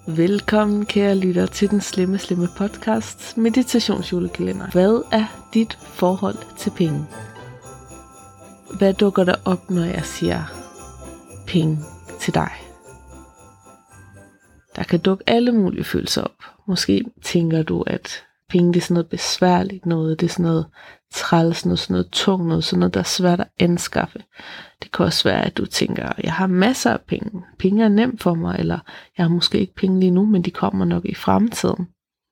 Velkommen kære lytter til den slemme podcast Meditationsjulekalender. Hvad er dit forhold til penge? Hvad dukker der op, når jeg siger penge til dig? Der kan dukke alle mulige følelser op. Måske tænker du, at penge det er sådan noget besværligt noget, det er sådan noget træls, noget, sådan noget tungt noget, sådan noget, der er svært at anskaffe. Det kan også være, at du tænker, jeg har masser af penge. Penge er nemt for mig, eller jeg har måske ikke penge lige nu, men de kommer nok i fremtiden.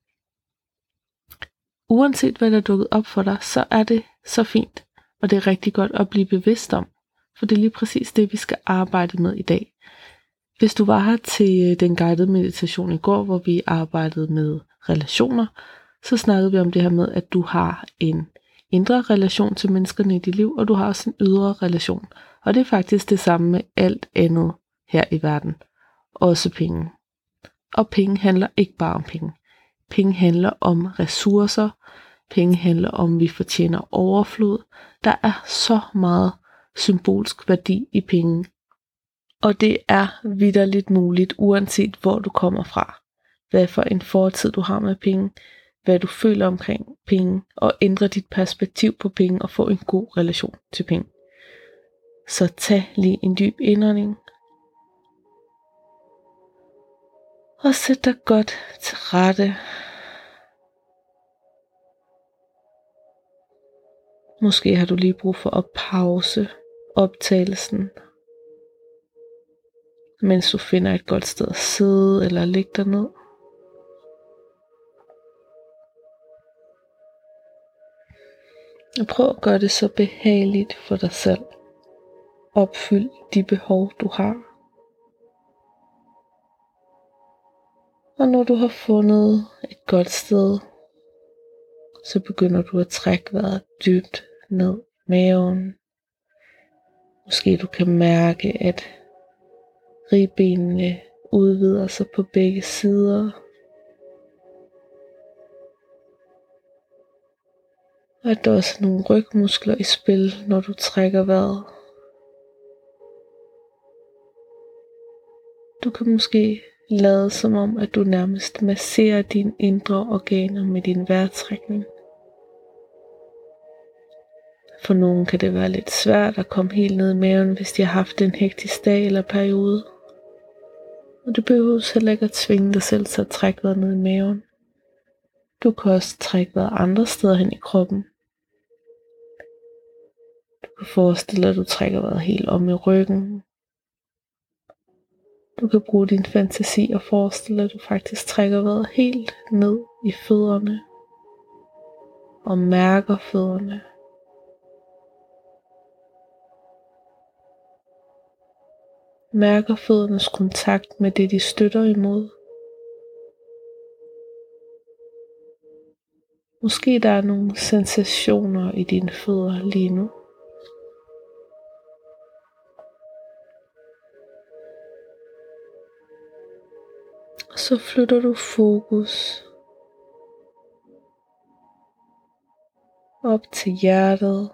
Uanset hvad der er dukket op for dig, så er det så fint, og det er rigtig godt at blive bevidst om, for det er lige præcis det, vi skal arbejde med i dag. Hvis du var her til den guidede meditation i går, hvor vi arbejdede med relationer, så snakkede vi om det her med, at du har en indre relation til menneskerne i dit liv, og du har også en ydre relation. Og det er faktisk det samme med alt andet her i verden. Også penge. Og penge handler ikke bare om penge. Penge handler om ressourcer. Penge handler om, at vi fortjener overflod. Der er så meget symbolsk værdi i penge. Og det er vitterligt muligt, uanset hvor du kommer fra. Hvad for en fortid du har med penge. Hvad du føler omkring penge. Og ændre dit perspektiv på penge og få en god relation til penge. Så tag lige en dyb indånding. Og sæt dig godt til rette. Måske har du lige brug for at pause optagelsen, mens du finder et godt sted at sidde eller ligge dig ned. Og prøv at gøre det så behageligt for dig selv. Opfyld de behov du har. Og når du har fundet et godt sted, så begynder du at trække vejret dybt ned i maven. Måske du kan mærke, at ribbenene udvider sig på begge sider. Og at der også er nogle rygmuskler i spil, når du trækker vejret. Du kan måske lade som om, at du nærmest masserer dine indre organer med din vejrtrækning. For nogen kan det være lidt svært at komme helt ned i maven, hvis de har haft en hektisk dag eller periode. Og det behøver heller ikke at tvinge dig selv til at trække vejret ned i maven. Du kan også trække vejret andre steder hen i kroppen. Du kan forestille dig, at du trækker vejret helt om i ryggen. Du kan bruge din fantasi og forestille dig, at du faktisk trækker vejret helt ned i fødderne. Og mærker fødderne. Mærker føddernes kontakt med det, de støtter imod. Måske der er nogle sensationer i dine fødder lige nu. Og så flytter du fokus op til hjertet.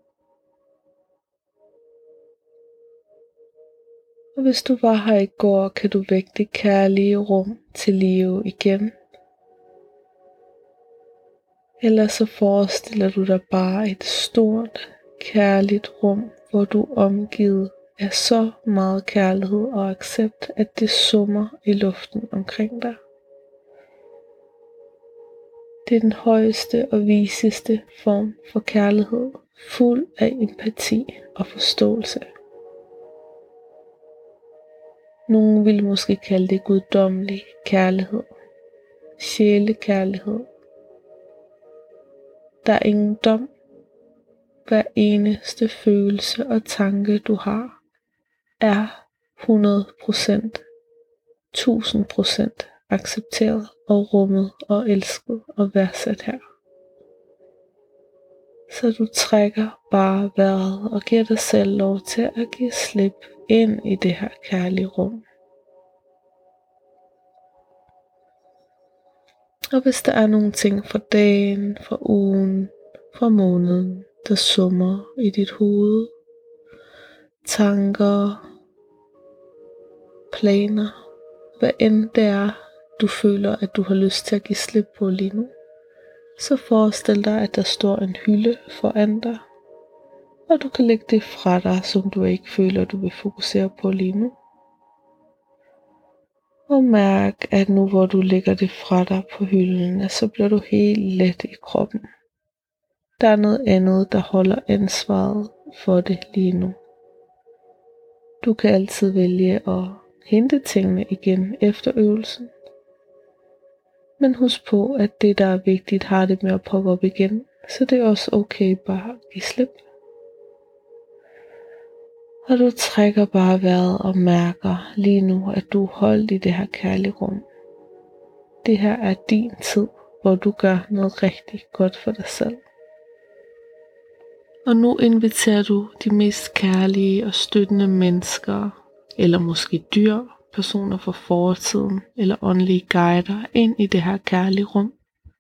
Og hvis du var her i går, kan du vække det kærlige rum til live igen. Eller så forestiller du dig bare et stort, kærligt rum, hvor du er omgivet af så meget kærlighed og accept, at det summer i luften omkring dig. Det er den højeste og viseste form for kærlighed, fuld af empati og forståelse. Nogle vil måske kalde det guddommelig kærlighed, sjælekærlighed. Der er ingen dom. Hver eneste følelse og tanke du har, er 100%, 1000% accepteret og rummet og elsket og værdsat her. Så du trækker bare vejret og giver dig selv lov til at give slip ind i det her kærlige rum. Og hvis der er nogle ting fra dagen, fra ugen, fra måneden, der summer i dit hoved, tanker, planer, hvad end det er, du føler, at du har lyst til at give slip på lige nu, så forestil dig, at der står en hylde foran dig, og du kan lægge det fra dig, som du ikke føler, du vil fokusere på lige nu. Og mærk, at nu hvor du lægger det fra dig på hylden, så bliver du helt let i kroppen. Der er noget andet, der holder ansvaret for det lige nu. Du kan altid vælge at hente tingene igen efter øvelsen. Men husk på, at det, der er vigtigt, har det med at poppe op igen, så det er også okay bare at give slip. Og du trækker bare vejret og mærker lige nu, at du er holdt i det her kærlige rum. Det her er din tid, hvor du gør noget rigtig godt for dig selv. Og nu inviterer du de mest kærlige og støttende mennesker, eller måske dyr, personer fra fortiden, eller åndelige guider ind i det her kærlige rum.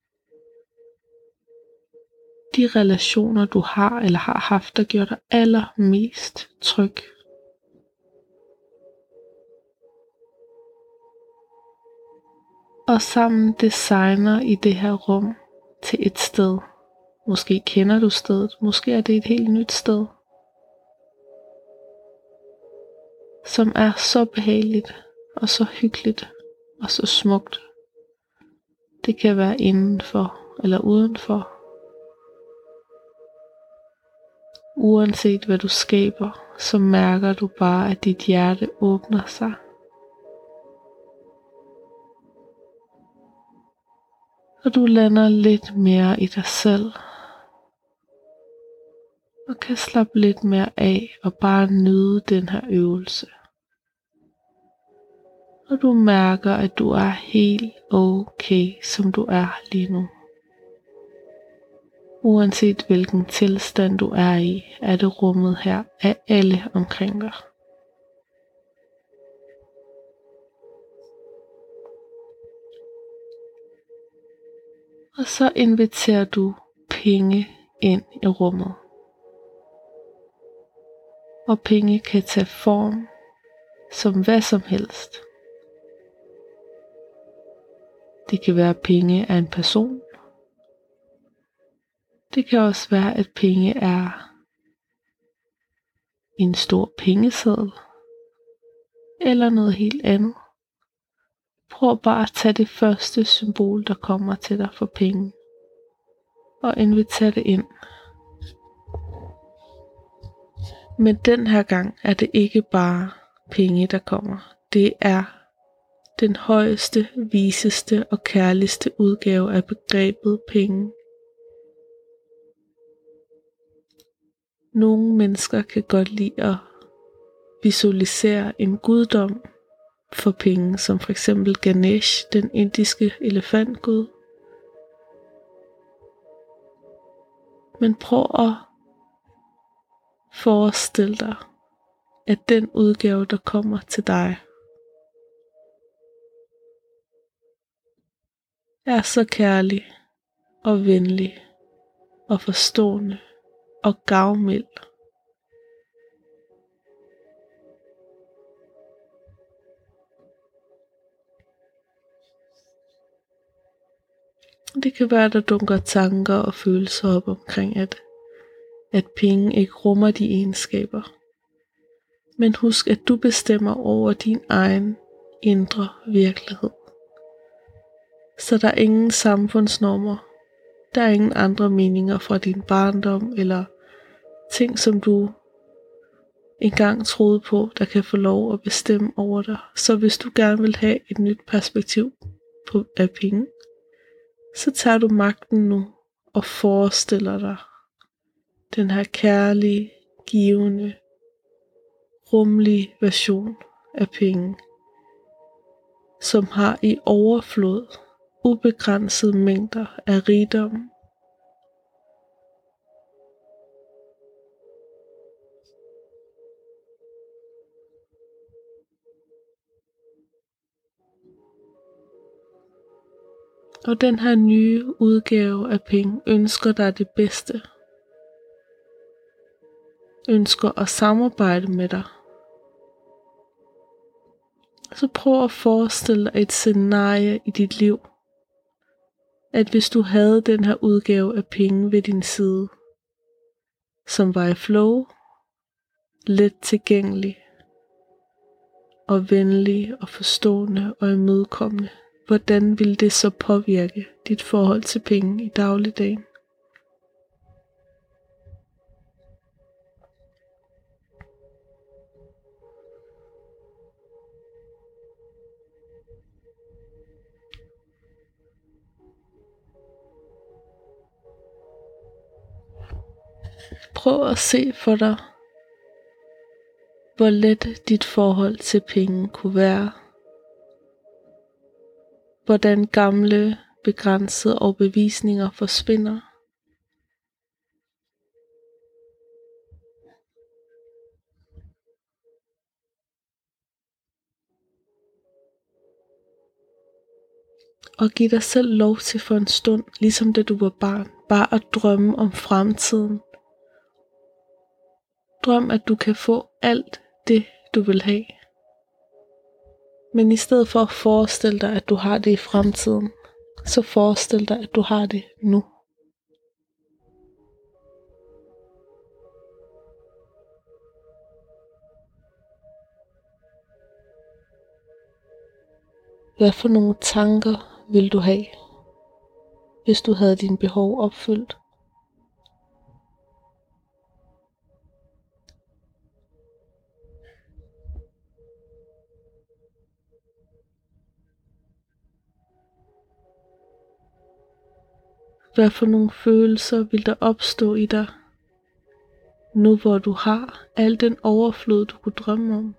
De relationer, du har eller har haft, der gør dig allermest tryg. Og sammen designer I det her rum til et sted. Måske kender du stedet, måske er det et helt nyt sted, som er så behageligt og så hyggeligt og så smukt. Det kan være indenfor eller udenfor. Uanset hvad du skaber, så mærker du bare, at dit hjerte åbner sig. Og du lander lidt mere i dig selv. Og kan slappe lidt mere af og bare nyde den her øvelse. Og du mærker, at du er helt okay, som du er lige nu. Uanset hvilken tilstand du er i, er det rummet her af alle omkring dig. Og så inviterer du penge ind i rummet. Og penge kan tage form som hvad som helst. Det kan være penge af en person. Det kan også være, at penge er en stor pengeseddel. Eller noget helt andet. Prøv bare at tage det første symbol, der kommer til dig for penge. Og invitere det ind. Men den her gang er det ikke bare penge, der kommer. Det er den højeste, viseste og kærligste udgave af begrebet penge. Nogle mennesker kan godt lide at visualisere en guddom for penge, som for eksempel Ganesh, den indiske elefantgud. Men prøv at forestille dig, at den udgave, der kommer til dig, er så kærlig og venlig og forstående og gavmild. Det kan være, der dunker tanker og følelser op omkring, at penge ikke rummer de egenskaber. Men husk, at du bestemmer over din egen indre virkelighed. Så der er ingen samfundsnormer. Der er ingen andre meninger fra din barndom eller ting, som du engang troede på, der kan få lov at bestemme over dig. Så hvis du gerne vil have et nyt perspektiv af penge, så tager du magten nu og forestiller dig den her kærlige, givende, rumlige version af penge, som har i overflod ubegrænsede mængder af rigdom. Og den her nye udgave af penge ønsker dig det bedste. Ønsker at samarbejde med dig. Så prøv at forestille dig et scenarie i dit liv, at hvis du havde den her udgave af penge ved din side, som var i flow, let tilgængelig og venlig og forstående og imødekommende, hvordan ville det så påvirke dit forhold til penge i dagligdagen? Prøv at se for dig, hvor let dit forhold til penge kunne være. Hvordan gamle, begrænsede overbevisninger forsvinder. Og giv dig selv lov til for en stund, ligesom da du var barn, bare at drømme om fremtiden. Drøm, at du kan få alt det, du vil have. Men i stedet for at forestille dig, at du har det i fremtiden, så forestil dig, at du har det nu. Hvad for nogle tanker vil du have, hvis du havde dine behov opfyldt? Hvad for nogle følelser vil der opstå i dig, nu hvor du har al den overflod, du kunne drømme om?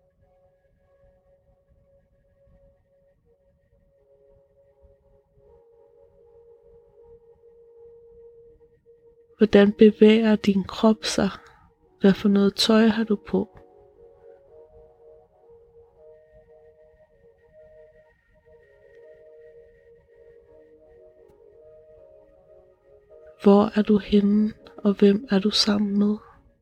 Hvordan bevæger din krop sig? Hvad for noget tøj har du på? Hvor er du henne, og hvem er du sammen med?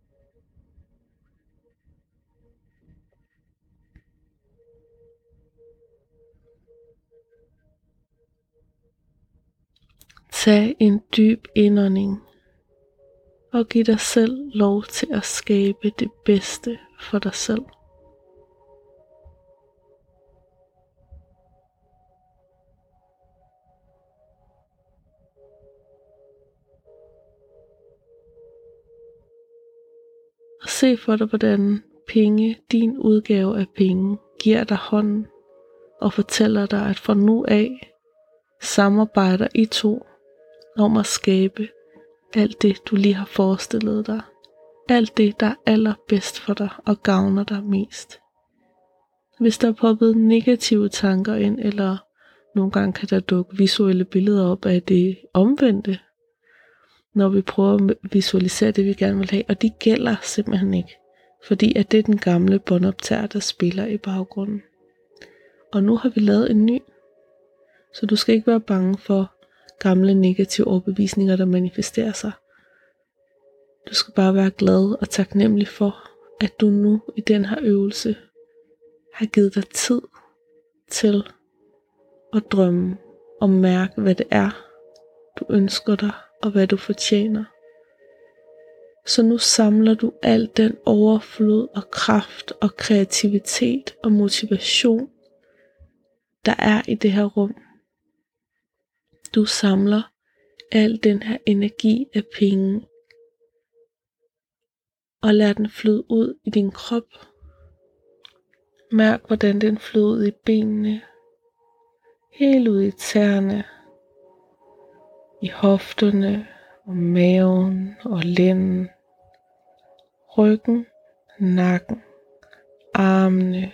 Tag en dyb indånding og giv dig selv lov til at skabe det bedste for dig selv. Og se for dig, hvordan penge, din udgave af penge, giver dig hånden og fortæller dig, at fra nu af samarbejder I to om at skabe alt det, du lige har forestillet dig. Alt det, der er allerbedst for dig og gavner dig mest. Hvis der er poppet negative tanker ind, eller nogle gange kan der dukke visuelle billeder op af det omvendte, når vi prøver at visualisere det, vi gerne vil have, og de gælder simpelthen ikke, fordi at det er den gamle båndoptager, der spiller i baggrunden. Og nu har vi lavet en ny, så du skal ikke være bange for gamle negative overbevisninger, der manifesterer sig. Du skal bare være glad og taknemmelig for, at du nu i den her øvelse har givet dig tid til at drømme og mærke, hvad det er, du ønsker dig og hvad du fortjener. Så nu samler du al den overflod og kraft og kreativitet og motivation, der er i det her rum. Du samler al den her energi af penge og lad den flyde ud i din krop. Mærk, hvordan den flyder ud i benene, helt ud i tæerne, i hofterne og maven og lænden, ryggen, nakken, armene,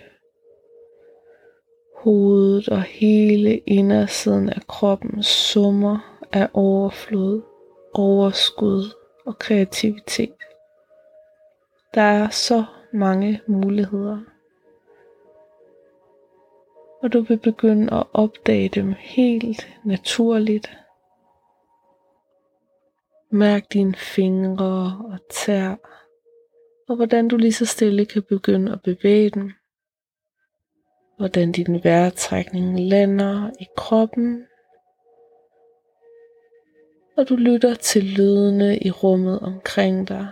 hovedet og hele indersiden af kroppen summer af overflod, overskud og kreativitet. Der er så mange muligheder, og du vil begynde at opdage dem helt naturligt. Mærk dine fingre og tæer, og hvordan du lige så stille kan begynde at bevæge dem. hvordan din vejrtrækning lander i kroppen, og du lytter til lydene i rummet omkring dig.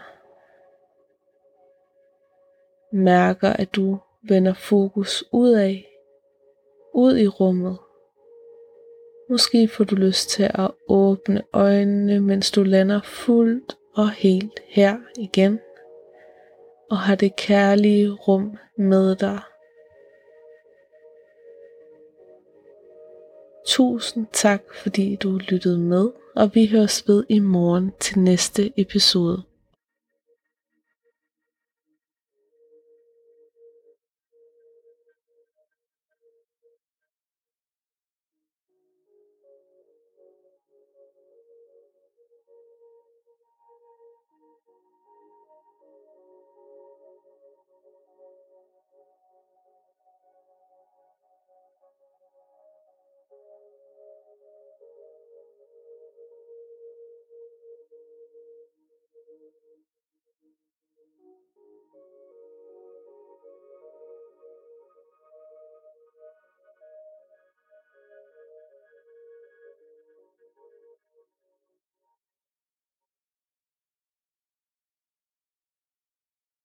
Mærker, at du vender fokus ud i rummet. Måske får du lyst til at åbne øjnene, mens du lander fuldt og helt her igen, og har det kærlige rum med dig. Tusind tak, fordi du lyttede med, og vi høres ved i morgen til næste episode.